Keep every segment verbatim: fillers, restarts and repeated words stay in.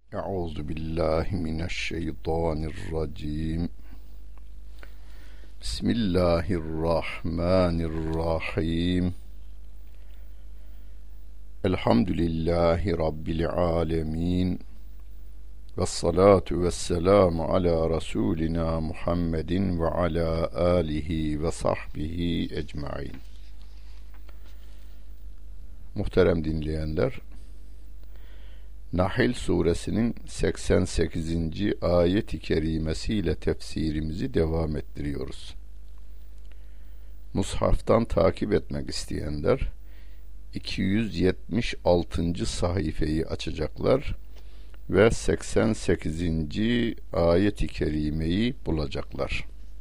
Euzu billahi mineşşeytanirracim. Bismillahirrahmanirrahim. Elhamdülillahi rabbil alamin. Vessalatu vesselamu ala rasulina Muhammedin ve ala alihi ve sahbihi ecmaîn. Muhterem dinleyenler, Nahl suresinin seksen sekizinci ayet-i kerimesiyle tefsirimizi devam ettiriyoruz. Mushaftan takip etmek isteyenler iki yüz yetmiş altıncı sayfayı açacaklar ve seksen sekizinci ayet-i kerimeyi bulacaklar.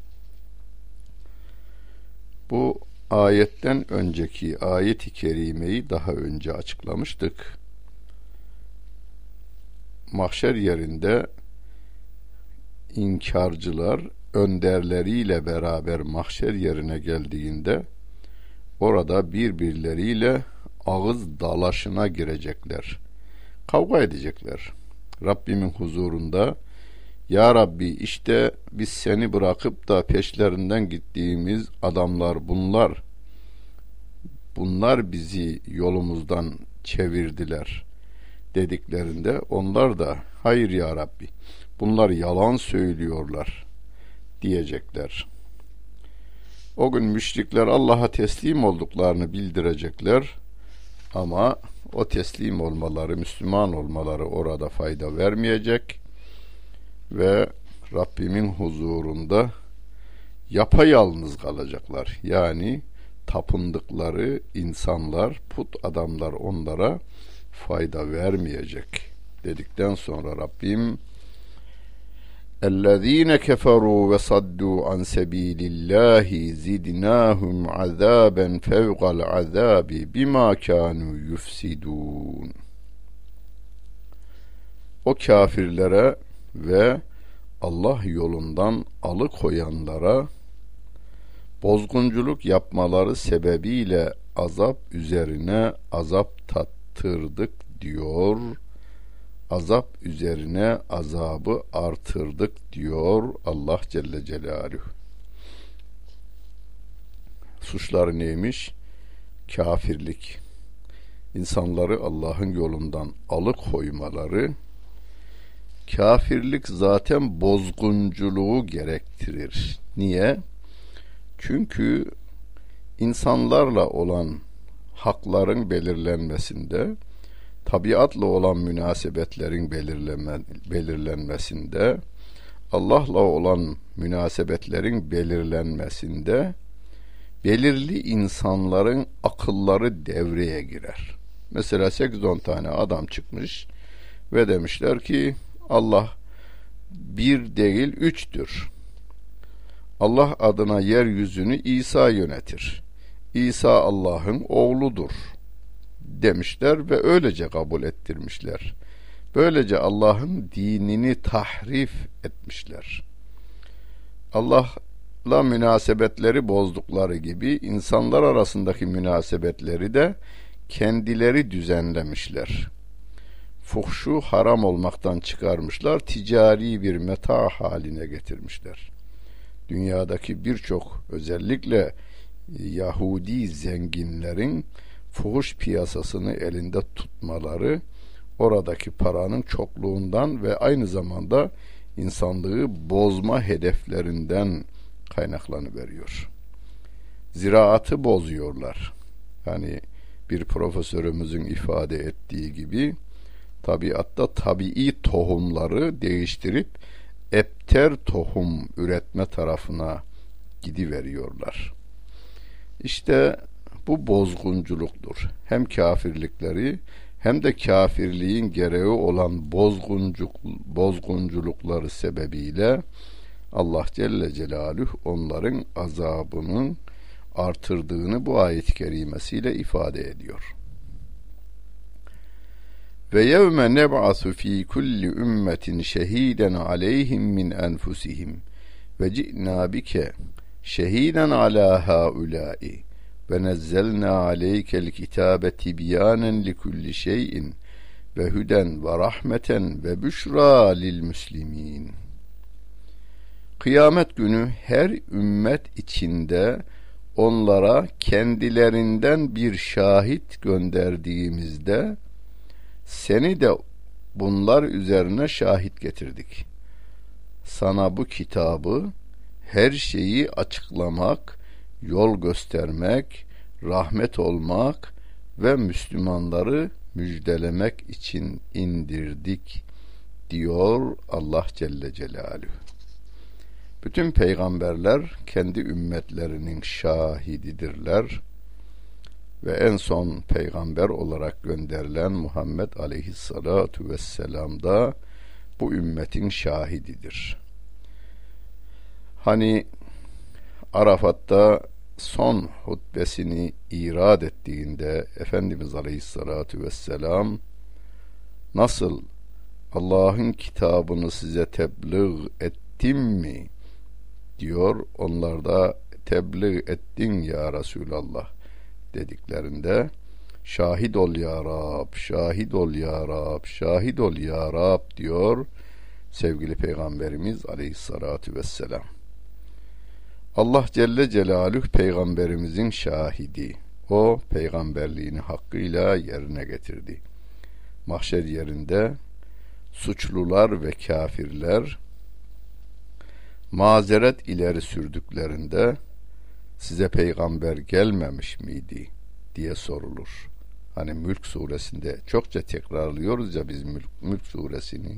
Bu ayetten önceki ayet-i kerimeyi daha önce açıklamıştık. Mahşer yerinde inkarcılar önderleriyle beraber mahşer yerine geldiğinde orada birbirleriyle ağız dalaşına girecekler. Kavga edecekler. Rabbimin huzurunda, "Ya Rabbi, işte biz seni bırakıp da peşlerinden gittiğimiz adamlar bunlar. Bunlar bizi yolumuzdan çevirdiler." dediklerinde onlar da, "Hayır ya Rabbi, bunlar yalan söylüyorlar" diyecekler. O gün müşrikler Allah'a teslim olduklarını bildirecekler ama o teslim olmaları, Müslüman olmaları orada fayda vermeyecek ve Rabbimin huzurunda yapayalnız kalacaklar. Yani tapındıkları insanlar, put adamlar onlara fayda vermeyecek dedikten sonra Rabbim اَلَّذ۪ينَ كَفَرُوا وَصَدُّوا عَنْ سَب۪يلِ اللّٰهِ زِدْنَاهُمْ عَذَابًا فَوْقَ الْعَذَابِ بِمَا كَانُوا يُفْسِدُونَ. O kafirlere ve Allah yolundan alıkoyanlara bozgunculuk yapmaları sebebiyle azap üzerine azap tattırdık diyor. Azap üzerine azabı artırdık diyor Allah Celle Celaluhu. Suçları neymiş? Kafirlik. İnsanları Allah'ın yolundan alıkoymaları. Kafirlik zaten bozgunculuğu gerektirir. Niye? Çünkü insanlarla olan hakların belirlenmesinde, tabiatla olan münasebetlerin belirlenme, belirlenmesinde, Allah'la olan münasebetlerin belirlenmesinde belirli insanların akılları devreye girer. Mesela sekiz on tane adam çıkmış ve demişler ki Allah bir değil üçtür. Allah adına yeryüzünü İsa yönetir. İsa Allah'ın oğludur demişler ve öylece kabul ettirmişler. Böylece Allah'ın dinini tahrif etmişler. Allah'la münasebetleri bozdukları gibi insanlar arasındaki münasebetleri de kendileri düzenlemişler. Fuhşu haram olmaktan çıkarmışlar, ticari bir meta haline getirmişler. Dünyadaki birçok, özellikle Yahudi zenginlerin fuhuş piyasasını elinde tutmaları oradaki paranın çokluğundan ve aynı zamanda insanlığı bozma hedeflerinden kaynaklanıveriyor. Ziraatı bozuyorlar. Yani bir profesörümüzün ifade ettiği gibi tabiatta tabii tohumları değiştirip ebter tohum üretme tarafına gidiveriyorlar. İşte bu bozgunculuktur. Hem kafirlikleri hem de kafirliğin gereği olan bozguncuk, bozgunculukları sebebiyle Allah Celle Celaluhu onların azabının artırdığını bu ayet-i kerimesiyle ifade ediyor. Ve yevme neb'asu fi kulli ümmetin şehiden aleyhim min enfusihim ve ci'na bike şehiden ala haulâi ve nezzelnâ aleykel kitâbe tibyanen likulli şeyin ve hüden ve rahmeten ve büşra lil müslimin. Kıyamet günü her ümmet içinde onlara kendilerinden bir şahit gönderdiğimizde seni de bunlar üzerine şahit getirdik. Sana bu kitabı her şeyi açıklamak, yol göstermek, rahmet olmak ve Müslümanları müjdelemek için indirdik diyor Allah Celle Celaluhu. Bütün peygamberler kendi ümmetlerinin şahididirler ve en son peygamber olarak gönderilen Muhammed Aleyhissalatu vesselam da bu ümmetin şahididir. Hani Arafat'ta son hutbesini irad ettiğinde Efendimiz Aleyhissalatu vesselam nasıl Allah'ın kitabını size tebliğ ettim mi diyor, onlar da tebliğ ettin ya Resulallah dediklerinde şahit ol ya Rab, şahit ol ya Rab, şahit ol ya Rab diyor sevgili Peygamberimiz Aleyhissalatu vesselam. Allah Celle Celaluhu Peygamberimizin şahidi. O peygamberliğini hakkıyla yerine getirdi. Mahşer yerinde suçlular ve kafirler mazeret ileri sürdüklerinde size peygamber gelmemiş miydi diye sorulur. Hani Mülk suresinde çokça tekrarlıyoruz ya biz Mülk, Mülk suresini.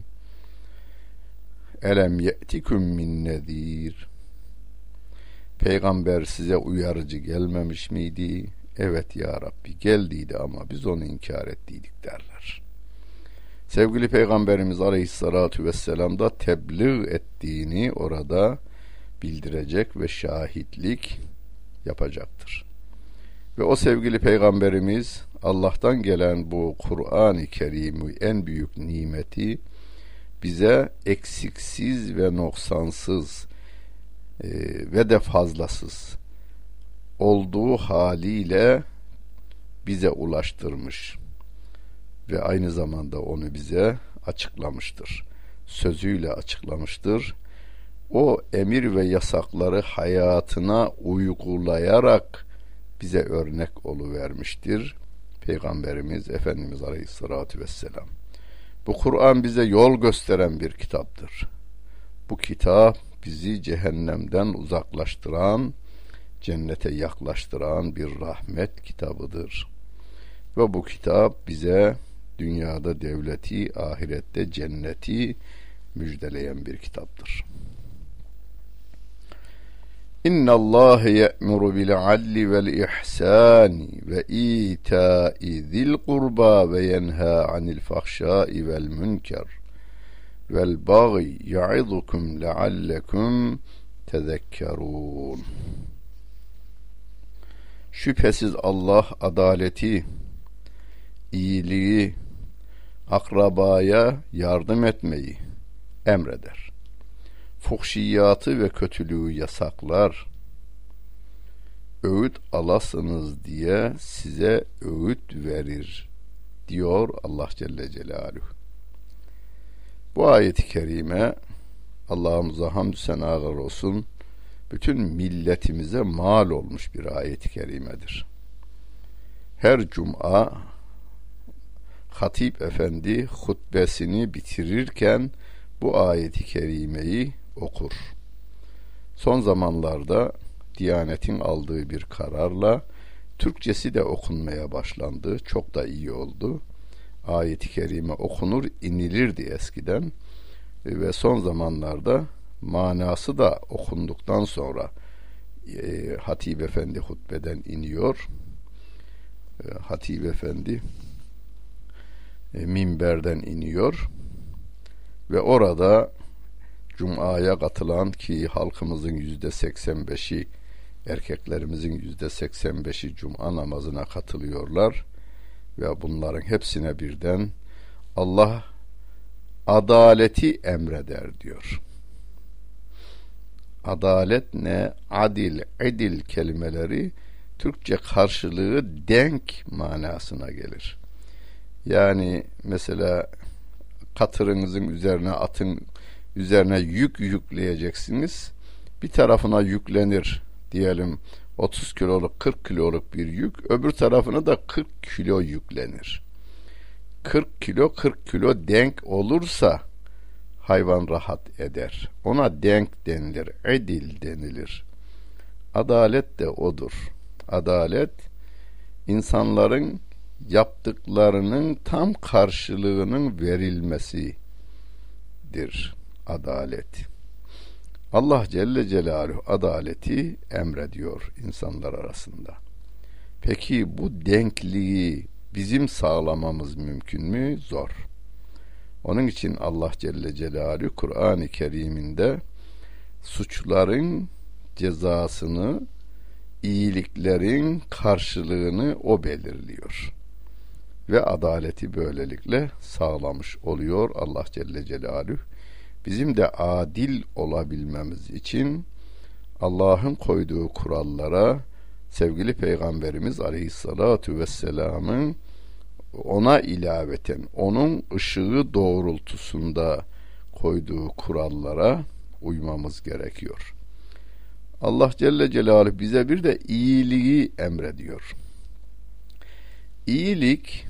Elem ye'tikum min nezir. Peygamber size uyarıcı gelmemiş miydi? Evet ya Rabbi geldiydi ama biz onu inkar ettiydik derler. Sevgili Peygamberimiz Aleyhissalatu vesselam da tebliğ ettiğini orada bildirecek ve şahitlik yapacaktır. Ve o sevgili Peygamberimiz Allah'tan gelen bu Kur'an-ı Kerim'i en büyük nimeti bize eksiksiz ve noksansız e, ve de fazlasız olduğu haliyle bize ulaştırmış ve aynı zamanda onu bize açıklamıştır. Sözüyle açıklamıştır. O emir ve yasakları hayatına uygulayarak bize örnek oluvermiştir Peygamberimiz Efendimiz Aleyhisselatü Vesselam. Bu Kur'an bize yol gösteren bir kitaptır. Bu kitap bizi cehennemden uzaklaştıran, cennete yaklaştıran bir rahmet kitabıdır. Ve bu kitap bize dünyada devleti, ahirette cenneti müjdeleyen bir kitaptır. İnna Allah ye'muru bil adli vel ihsani ve ita'i zil kurba ve yenha anil fahşai vel münker vel baghi ya'izukum leallekum tezekkerun. Şüphesiz Allah adaleti, iyiliği, akrabaya yardım etmeyi emreder. Fuhşiyatı ve kötülüğü yasaklar. Öğüt alasınız diye size öğüt verir diyor Allah Celle Celaluhu. Bu ayet-i kerime Allah'ımıza hamdü senalar olsun, bütün milletimize mal olmuş bir ayet-i kerimedir. Her cuma Hatip Efendi hutbesini bitirirken bu ayet-i kerimeyi okur. Son zamanlarda Diyanet'in aldığı bir kararla Türkçesi de okunmaya başlandı. Çok da iyi oldu. Ayet-i kerime okunur, inilirdi eskiden ve son zamanlarda manası da okunduktan sonra e, Hatip Efendi hutbeden iniyor. E, Hatip Efendi e, minberden iniyor ve orada Cuma'ya katılan, ki halkımızın yüzde seksen beşi, erkeklerimizin yüzde seksen beşi Cuma namazına katılıyorlar ve bunların hepsine birden Allah adaleti emreder diyor. Adalet ne? Adil, idil kelimeleri Türkçe karşılığı denk manasına gelir. Yani mesela katırınızın üzerine, atın üzerine yük yükleyeceksiniz. Bir tarafına yüklenir diyelim otuz kiloluk, kırk kiloluk bir yük, öbür tarafına da kırk kilo yüklenir. kırk kilo kırk kilo denk olursa hayvan rahat eder. Ona denk denilir, edil denilir. Adalet de odur. Adalet, insanların yaptıklarının tam karşılığının verilmesidir adalet. Allah Celle Celaluhu adaleti emrediyor insanlar arasında. Peki bu denkliği bizim sağlamamız mümkün mü? Zor. Onun için Allah Celle Celaluhu Kur'an-ı Kerim'inde suçların cezasını, iyiliklerin karşılığını o belirliyor. Ve adaleti böylelikle sağlamış oluyor Allah Celle Celaluhu. Bizim de adil olabilmemiz için Allah'ın koyduğu kurallara, sevgili Peygamberimiz Aleyhissalatu Vesselam'ın ona ilaveten, onun ışığı doğrultusunda koyduğu kurallara uymamız gerekiyor. Allah Celle Celaluhu bize bir de iyiliği emrediyor. İyilik,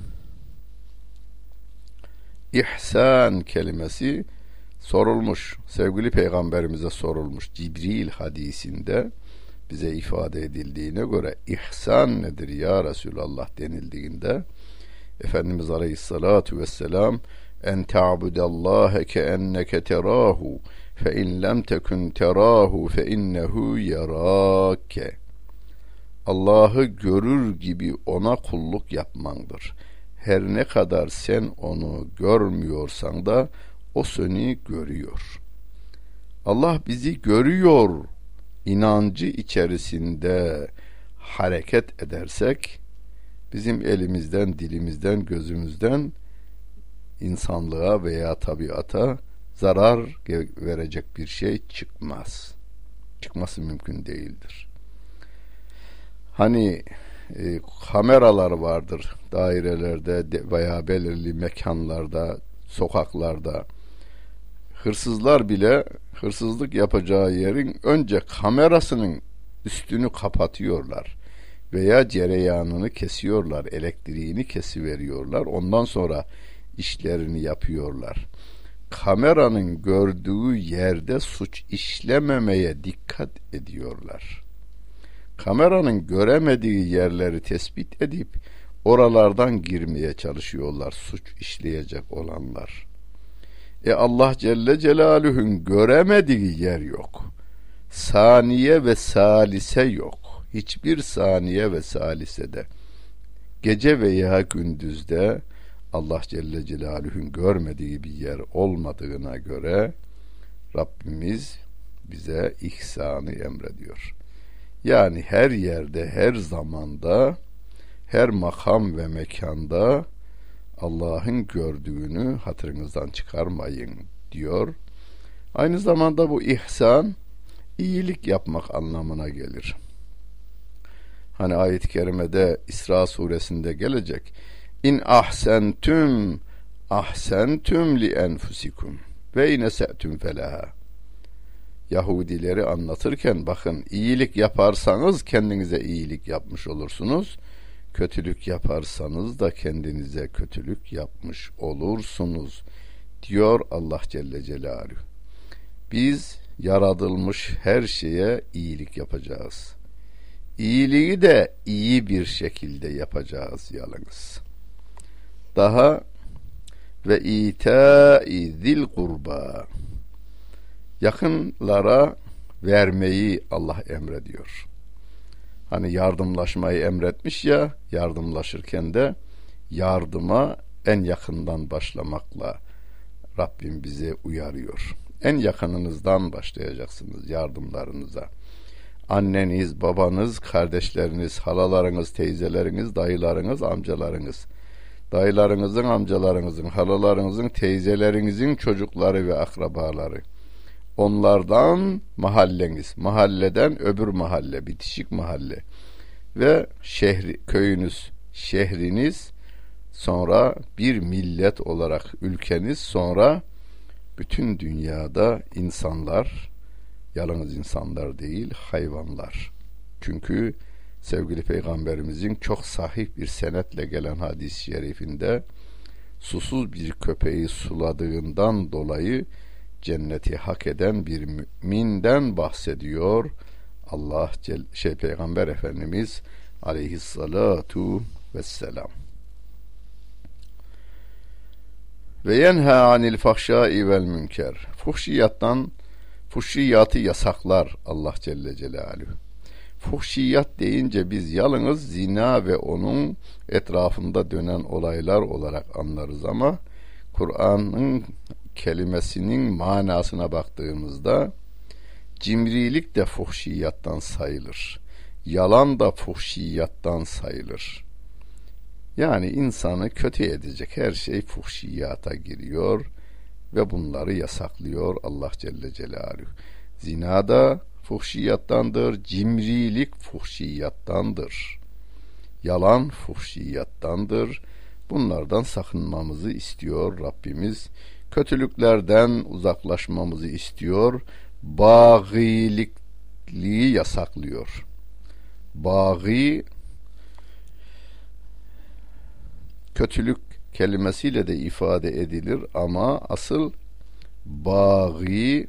ihsan kelimesi sorulmuş, sevgili Peygamberimize sorulmuş. Cibril hadisinde bize ifade edildiğine göre ihsan nedir ya Resulallah denildiğinde Efendimiz Aleyhissalatu Vesselam en ta'budallâhe keenneke terâhu fe in lem tekun terâhu fe innehu yerâke. Allah'ı görür gibi ona kulluk yapmandır. Her ne kadar sen onu görmüyorsan da o seni görüyor. Allah bizi görüyor inancı içerisinde hareket edersek bizim elimizden, dilimizden, gözümüzden insanlığa veya tabiata zarar verecek bir şey çıkmaz. Çıkması mümkün değildir. Hani e, kameralar vardır dairelerde de, veya belirli mekanlarda, sokaklarda. Hırsızlar bile hırsızlık yapacağı yerin önce kamerasının üstünü kapatıyorlar veya cereyanını kesiyorlar, elektriğini kesiveriyorlar. Ondan sonra işlerini yapıyorlar. Kameranın gördüğü yerde suç işlememeye dikkat ediyorlar. Kameranın göremediği yerleri tespit edip oralardan girmeye çalışıyorlar suç işleyecek olanlar. E Allah Celle Celaluhu'nun göremediği yer yok. Saniye ve salise yok. Hiçbir saniye ve salisede, gece veya gündüzde Allah Celle Celaluhu'nun görmediği bir yer olmadığına göre Rabbimiz bize ihsanı emrediyor. Yani her yerde, her zamanda, her makam ve mekanda Allah'ın gördüğünü hatırınızdan çıkarmayın diyor. Aynı zamanda bu ihsan, iyilik yapmak anlamına gelir. Hani ayet-i kerimede İsra suresinde gelecek. İn ahsentüm ahsentüm li enfusikum ve in ese'tüm felaha. Yahudileri anlatırken bakın, iyilik yaparsanız kendinize iyilik yapmış olursunuz. Kötülük yaparsanız da kendinize kötülük yapmış olursunuz diyor Allah Celle Celaluhu. Biz yaratılmış her şeye iyilik yapacağız. İyiliği de iyi bir şekilde yapacağız yalnız. Daha ve ita'i zil kurba, yakınlara vermeyi Allah emrediyor. Hani yardımlaşmayı emretmiş ya, yardımlaşırken de yardıma en yakından başlamakla Rabbim bizi uyarıyor. En yakınınızdan başlayacaksınız yardımlarınıza. Anneniz, babanız, kardeşleriniz, halalarınız, teyzeleriniz, dayılarınız, amcalarınız, dayılarınızın, amcalarınızın, halalarınızın, teyzelerinizin çocukları ve akrabaları. Onlardan mahalleniz, mahalleden öbür mahalle, bitişik mahalle ve şehri, köyünüz, şehriniz, sonra bir millet olarak ülkeniz, sonra bütün dünyada insanlar, yalnız insanlar değil, hayvanlar. Çünkü sevgili Peygamberimizin çok sahih bir senetle gelen hadis-i şerifinde susuz bir köpeği suladığından dolayı cenneti hak eden bir müminden bahsediyor. Allah şey Peygamber Efendimiz aleyhissalatu vesselam. Ve yenha anil fahşai vel münker. Fuhşiyattan, fuhşiyatı yasaklar Allah Celle Celaluhu. Fuhşiyat deyince biz yalnız zina ve onun etrafında dönen olaylar olarak anlarız ama Kur'an'ın kelimesinin manasına baktığımızda cimrilik de fuhşiyattan sayılır. Yalan da fuhşiyattan sayılır. Yani insanı kötü edecek her şey fuhşiyata giriyor ve bunları yasaklıyor Allah Celle Celaluhu. Zina da fuhşiyattandır, cimrilik fuhşiyattandır, yalan fuhşiyattandır. Bunlardan sakınmamızı istiyor Rabbimiz. Kötülüklerden uzaklaşmamızı istiyor. Bağilikliği yasaklıyor. Baği, kötülük kelimesiyle de ifade edilir ama asıl baği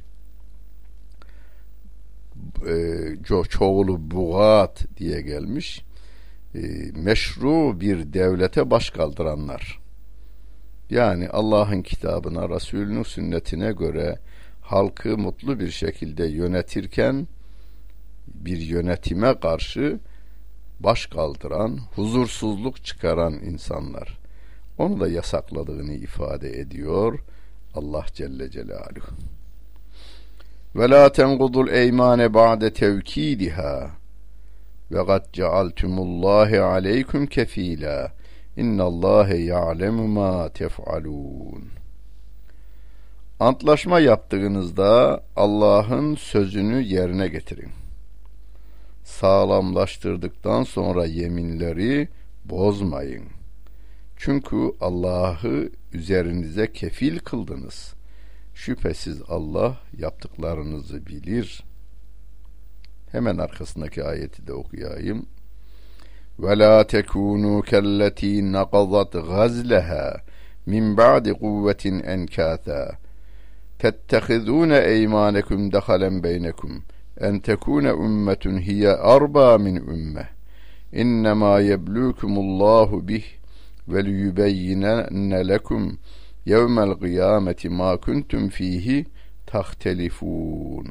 e, çoğulu bugat diye gelmiş. E, meşru bir devlete baş kaldıranlar. Yani Allah'ın kitabına, Resulünün sünnetine göre halkı mutlu bir şekilde yönetirken bir yönetime karşı baş kaldıran, huzursuzluk çıkaran insanlar. Onu da yasakladığını ifade ediyor Allah Celle Celaluhu. Ve la tenqudul eymane ba'de tevkidiha ve kad cealtumullahi aleykum kefila innallâhe ya'lemu ma tef'alûn. Antlaşma yaptığınızda Allah'ın sözünü yerine getirin. Sağlamlaştırdıktan sonra yeminleri bozmayın. Çünkü Allah'ı üzerinize kefil kıldınız. Şüphesiz Allah yaptıklarınızı bilir. Hemen arkasındaki ayeti de okuyayım. وَلَا تَكُونُوا كَالَّتِي نَقَضَتْ غَزْلَهَا مِنْ بَعْدِ قُوَّةٍ أَنْكَاثًا تَتَّخِذُونَ أَيْمَانَكُمْ دَخَلًا بَيْنَكُمْ أَنْ تَكُونَ أُمَّةٌ هِيَ أَرْبَى مِنْ أُمَّةٍ إِنَّمَا يَبْلُوكُمُ اللّٰهُ بِهِ وَلِيُبَيِّنَنَّ لَكُمْ يَوْمَ الْقِيَامَةِ مَا كُنْتُمْ فِيهِ تَخْتَلِفُونَ.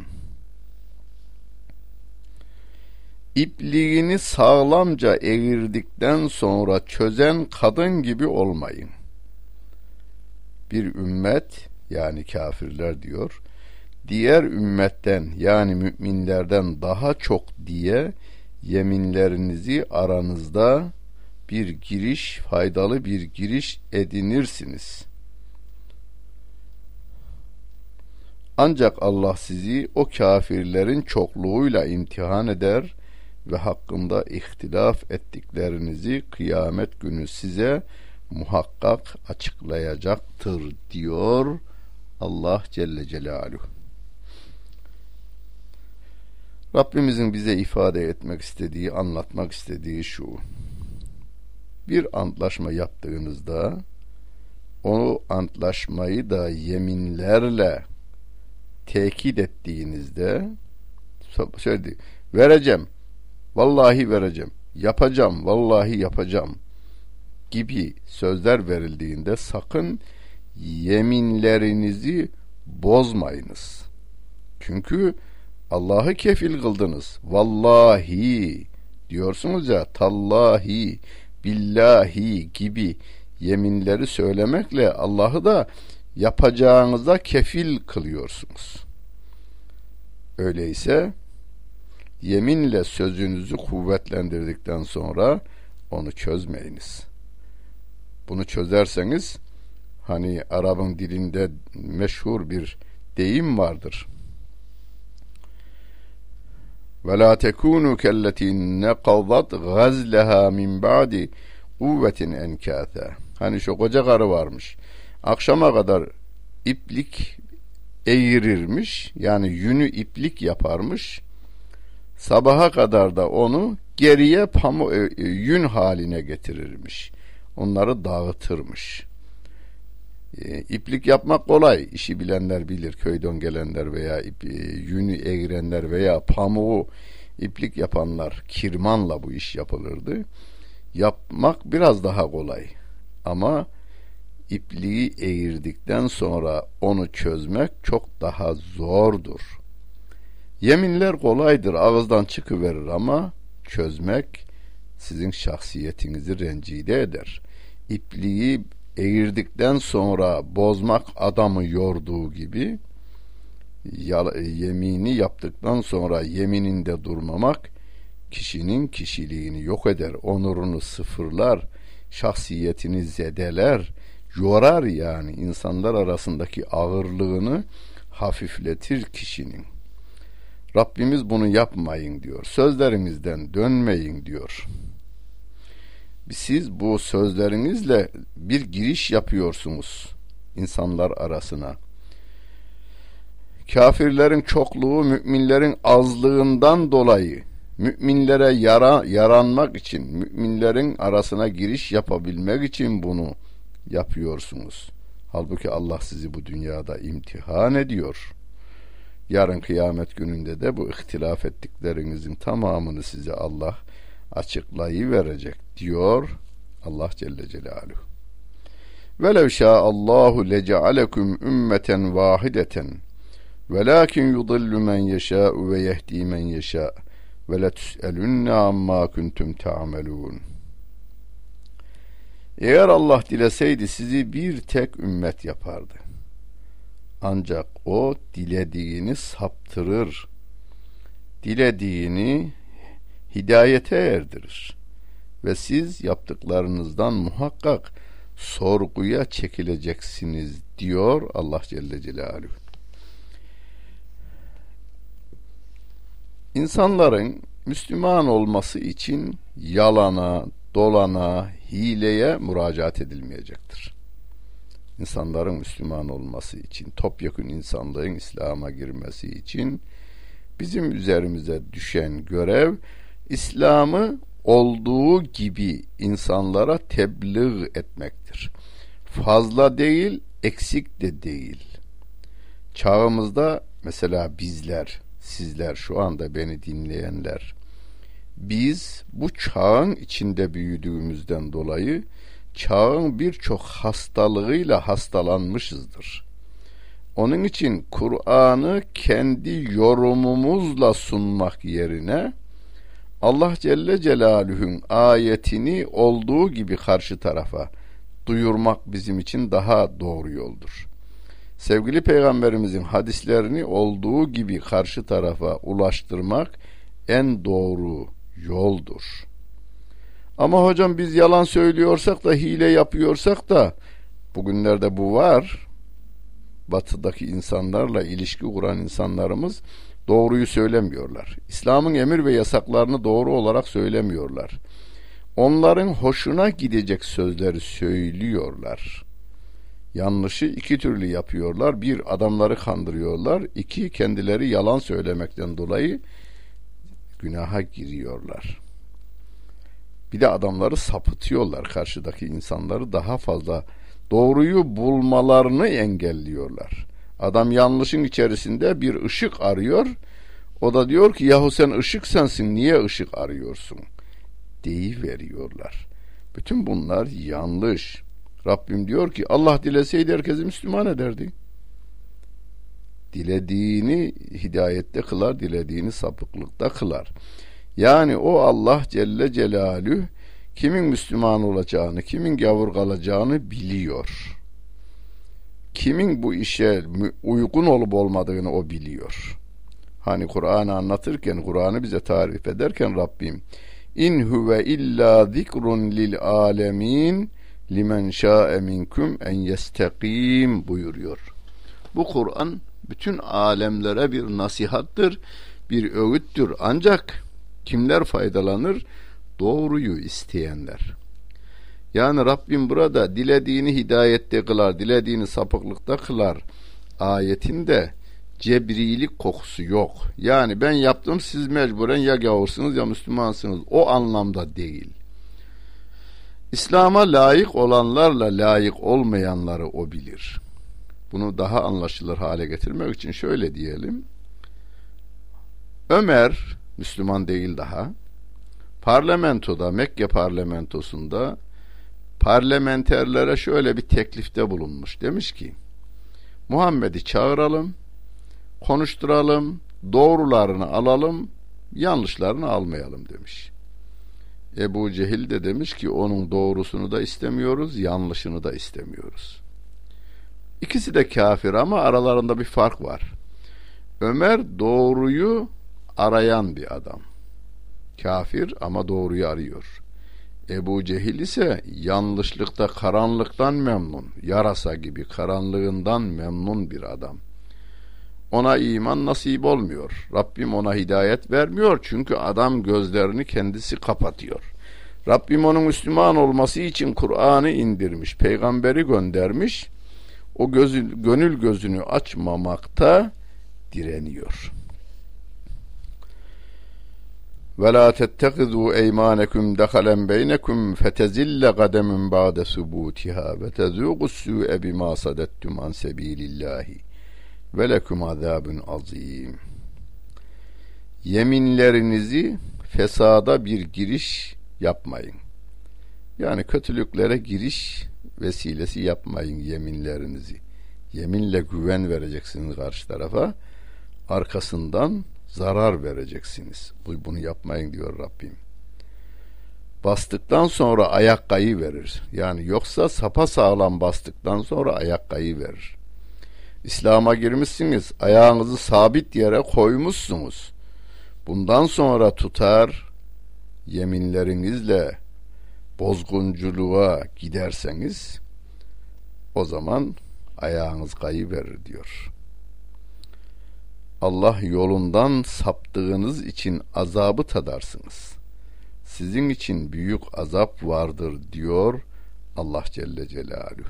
İpliğini sağlamca eğirdikten sonra çözen kadın gibi olmayın. Bir ümmet, yani kafirler diyor, diğer ümmetten yani müminlerden daha çok diye yeminlerinizi aranızda bir giriş, faydalı bir giriş edinirsiniz. Ancak Allah sizi o kafirlerin çokluğuyla imtihan eder ve hakkında ihtilaf ettiklerinizi kıyamet günü size muhakkak açıklayacaktır diyor Allah Celle Celaluhu. Rabbimizin bize ifade etmek istediği, anlatmak istediği şu: bir antlaşma yaptığınızda o antlaşmayı da yeminlerle tekit ettiğinizde söyledi, vereceğim, vallahi vereceğim, yapacağım, vallahi yapacağım gibi sözler verildiğinde sakın yeminlerinizi bozmayınız. Çünkü Allah'ı kefil kıldınız. Vallahi diyorsunuz ya, tallahi, billahi gibi yeminleri söylemekle Allah'ı da yapacağınıza kefil kılıyorsunuz. Öyleyse yeminle sözünüzü kuvvetlendirdikten sonra onu çözmeyiniz. Bunu çözerseniz, hani Arap'ın dilinde meşhur bir deyim vardır. وَلَا تَكُونُوا كَالَّتِي نَقَضَتْ غَزْلَهَا مِنْ بَعْدِ Uvvetin enkâte. Hani şu koca karı varmış. Akşama kadar iplik eğirirmiş. Yani yünü iplik yaparmış. Sabaha kadar da onu geriye pamuk yün haline getirirmiş. Onları dağıtırmış. E, iplik yapmak kolay. İşi bilenler bilir. Köyden gelenler veya ip, e, yünü eğirenler veya pamuğu iplik yapanlar, kirmanla bu iş yapılırdı. Yapmak biraz daha kolay. Ama ipliği eğirdikten sonra onu çözmek çok daha zordur. Yeminler kolaydır, ağızdan çıkıverir ama çözmek sizin şahsiyetinizi rencide eder. İpliği eğirdikten sonra bozmak adamı yorduğu gibi, yemini yaptıktan sonra yemininde durmamak kişinin kişiliğini yok eder, onurunu sıfırlar, şahsiyetini zedeler, yorar, yani insanlar arasındaki ağırlığını hafifletir kişinin. Rabbimiz bunu yapmayın diyor. Sözlerinizden dönmeyin diyor. Siz bu sözlerinizle bir giriş yapıyorsunuz insanlar arasına. Kafirlerin çokluğu müminlerin azlığından dolayı müminlere yara, yaranmak için, müminlerin arasına giriş yapabilmek için bunu yapıyorsunuz. Halbuki Allah sizi bu dünyada imtihan ediyor. Yarın kıyamet gününde de bu ihtilaf ettiklerinizin tamamını size Allah açıklayıverecek diyor Allah Celle Celaluhu. Velev şâ'allahu lece'alekum ümmeten vâhideten velâkin yudillu men yeşâ'u ve yehdi men yeşâ' ve letüs'elünne amma kuntum ta'melûn. Eğer Allah dileseydi sizi bir tek ümmet yapardı. Ancak o dilediğini saptırır, dilediğini hidayete erdirir ve siz yaptıklarınızdan muhakkak sorguya çekileceksiniz diyor Allah Celle Celaluhu. İnsanların Müslüman olması için yalana, dolana, hileye müracaat edilmeyecektir. İnsanların Müslüman olması için, topyekün insanlığın İslam'a girmesi için bizim üzerimize düşen görev, İslam'ı olduğu gibi insanlara tebliğ etmektir. Fazla değil, eksik de değil. Çağımızda mesela bizler, sizler, şu anda beni dinleyenler, biz bu çağın içinde büyüdüğümüzden dolayı çağın birçok hastalığıyla hastalanmışızdır. Onun için Kur'an'ı kendi yorumumuzla sunmak yerine Allah Celle Celaluhu'nun ayetini olduğu gibi karşı tarafa duyurmak bizim için daha doğru yoldur. Sevgili Peygamberimizin hadislerini olduğu gibi karşı tarafa ulaştırmak en doğru yoldur. Ama hocam biz yalan söylüyorsak da, hile yapıyorsak da, bugünlerde bu var. Batıdaki insanlarla ilişki kuran insanlarımız doğruyu söylemiyorlar. İslam'ın emir ve yasaklarını doğru olarak söylemiyorlar. Onların hoşuna gidecek sözleri söylüyorlar. Yanlışı iki türlü yapıyorlar. Bir, adamları kandırıyorlar. İki, kendileri yalan söylemekten dolayı günaha giriyorlar. Bir de adamları sapıtıyorlar. Karşıdaki insanları daha fazla doğruyu bulmalarını engelliyorlar. Adam yanlışın içerisinde bir ışık arıyor. O da diyor ki yahu sen ışık sensin, niye ışık arıyorsun? Deyiveriyorlar. Bütün bunlar yanlış. Rabbim diyor ki Allah dileseydi herkesi Müslüman ederdi. Dilediğini hidayette kılar, dilediğini sapıklıkta kılar. Yani o Allah Celle Celaluhu kimin Müslüman olacağını, kimin gavur kalacağını biliyor. Kimin bu işe uygun olup olmadığını o biliyor. Hani Kur'an'ı anlatırken, Kur'an'ı bize tarif ederken Rabbim İn huve illa zikrun lil alemin limen şa'e minkum en yesteqim buyuruyor. Bu Kur'an bütün alemlere bir nasihattır, bir öğüttür. Ancak kimler faydalanır? Doğruyu isteyenler. Yani Rabbim burada dilediğini hidayette kılar, dilediğini sapıklıkta kılar ayetinde cebrilik kokusu yok. Yani ben yaptım, siz mecburen ya gavursunuz ya Müslümansınız. O anlamda değil. İslam'a layık olanlarla layık olmayanları o bilir. Bunu daha anlaşılır hale getirmek için şöyle diyelim. Ömer, Müslüman değil daha, parlamentoda, Mekke parlamentosunda parlamenterlere şöyle bir teklifte bulunmuş. Demiş ki, Muhammed'i çağıralım, konuşturalım, doğrularını alalım, yanlışlarını almayalım demiş. Ebu Cehil de demiş ki, onun doğrusunu da istemiyoruz, yanlışını da istemiyoruz. İkisi de kafir ama aralarında bir fark var. Ömer doğruyu arayan bir adam. Kafir ama doğruyu arıyor. Ebu Cehil ise yanlışlıkta, karanlıktan memnun, yarasa gibi karanlığından memnun bir adam. Ona iman nasip olmuyor. Rabbim ona hidayet vermiyor çünkü adam gözlerini kendisi kapatıyor. Rabbim onun Müslüman olması için Kur'an'ı indirmiş, peygamberi göndermiş. O gözü, gönül gözünü açmamakta direniyor. وَلَا تَتَّخِذُوا اَيْمَانَكُمْ دَخَلًا بَيْنَكُمْ فَتَزِلَّ قَدَمٌ بَعْدَ ثُبُوتِهَا وَتَذُوقُوا السُّوءَ بِمَا صَدَدتُّمْ عَنْ سَبِيلِ اللّٰهِ وَلَكُمْ عَذَابٌ عَظِيمٌ. Yeminlerinizi fesada bir giriş yapmayın. Yani kötülüklere giriş vesilesi yapmayın yeminlerinizi. Yeminle güven vereceksiniz karşı tarafa. Arkasından zarar vereceksiniz. Bunu yapmayın diyor Rabbim. Bastıktan sonra ayak kayı verir. Yani yoksa sapasağlam bastıktan sonra ayak kayı verir. İslam'a girmişsiniz, ayağınızı sabit yere koymuşsunuz. Bundan sonra tutar, yeminlerinizle bozgunculuğa giderseniz, o zaman ayağınız kayıverir diyor. Allah yolundan saptığınız için azabı tadarsınız. Sizin için büyük azap vardır diyor Allah Celle Celaluhu.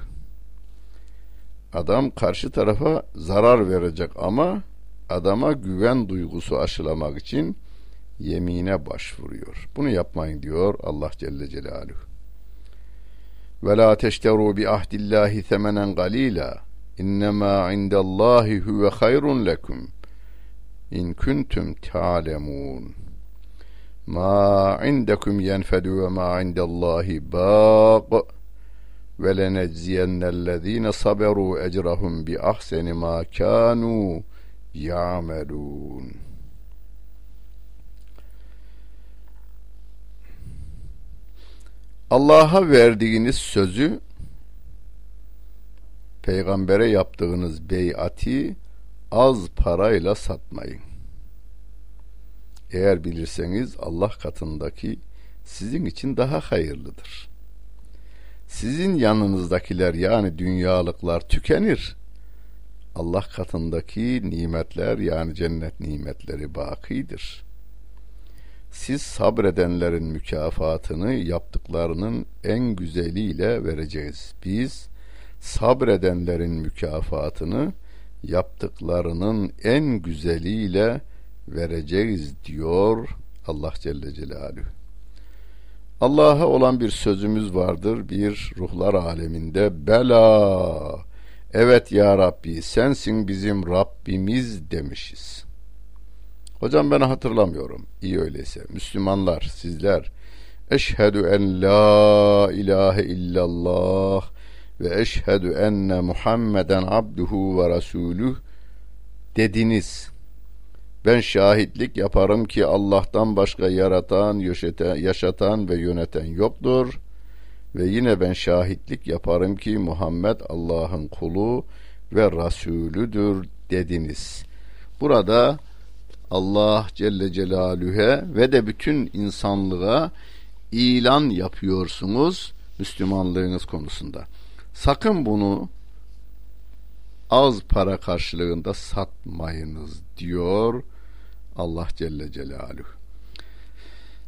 Adam karşı tarafa zarar verecek ama adama güven duygusu aşılamak için yemine başvuruyor. Bunu yapmayın diyor Allah Celle Celaluhu. Ve la teşteru bi ahdillahi semenen galila innema indallahi huve hayrun lekum in kuntum ta'lemun. Ma indekum yenfedu ve ma indallahi baq ve lenecziyennellezine saberu ecrahum bi ahseni ma kanu ya'melun. Allah'a verdiğiniz sözü, peygambere yaptığınız beyati az parayla satmayın. Eğer bilirseniz Allah katındaki sizin için daha hayırlıdır. Sizin yanınızdakiler yani dünyalıklar tükenir. Allah katındaki nimetler yani cennet nimetleri bakidir. Siz sabredenlerin mükafatını yaptıklarının en güzeliyle vereceğiz. Biz sabredenlerin mükafatını yaptıklarının en güzeliyle vereceğiz diyor Allah Celle Celaluhu. Allah'a olan bir sözümüz vardır bir ruhlar aleminde. Bela, evet ya Rabbi sensin bizim Rabbimiz demişiz. Hocam ben hatırlamıyorum. İyi öyleyse. Müslümanlar, sizler eşhedü en la ilahe illallah ve eşhedü enne Muhammeden abduhu ve resuluh dediniz. Ben şahitlik yaparım ki Allah'tan başka yaratan, yaşatan ve yöneten yoktur. Ve yine ben şahitlik yaparım ki Muhammed Allah'ın kulu ve Resulüdür dediniz. Burada Allah Celle Celaluhu'ya ve de bütün insanlığa ilan yapıyorsunuz Müslümanlığınız konusunda. Sakın bunu az para karşılığında satmayınız diyor Allah Celle Celaluhu.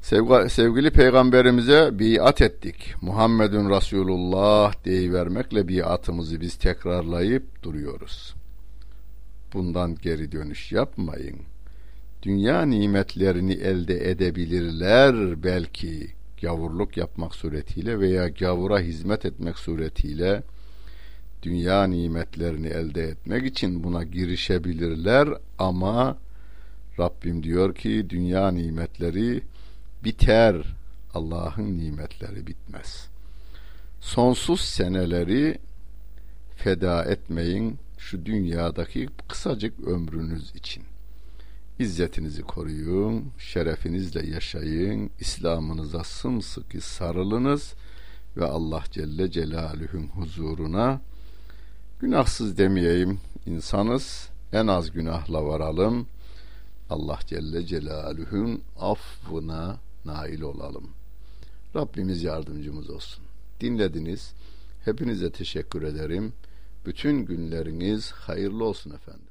Sevgi, sevgili peygamberimize biat ettik. Muhammedun Resulullah deyivermekle biatımızı biz tekrarlayıp duruyoruz. Bundan geri dönüş yapmayın. Dünya nimetlerini elde edebilirler belki gavurluk yapmak suretiyle veya gavura hizmet etmek suretiyle dünya nimetlerini elde etmek için buna girişebilirler ama Rabbim diyor ki dünya nimetleri biter, Allah'ın nimetleri bitmez. Sonsuz seneleri feda etmeyin şu dünyadaki kısacık ömrünüz için. İzzetinizi koruyun, şerefinizle yaşayın, İslam'ınıza sımsıkı sarılınız ve Allah Celle Celaluhu'nun huzuruna günahsız demeyeyim, insanız, en az günahla varalım. Allah Celle Celaluhu'nun affına nail olalım. Rabbimiz yardımcımız olsun. Dinlediniz. Hepinize teşekkür ederim. Bütün günleriniz hayırlı olsun efendim.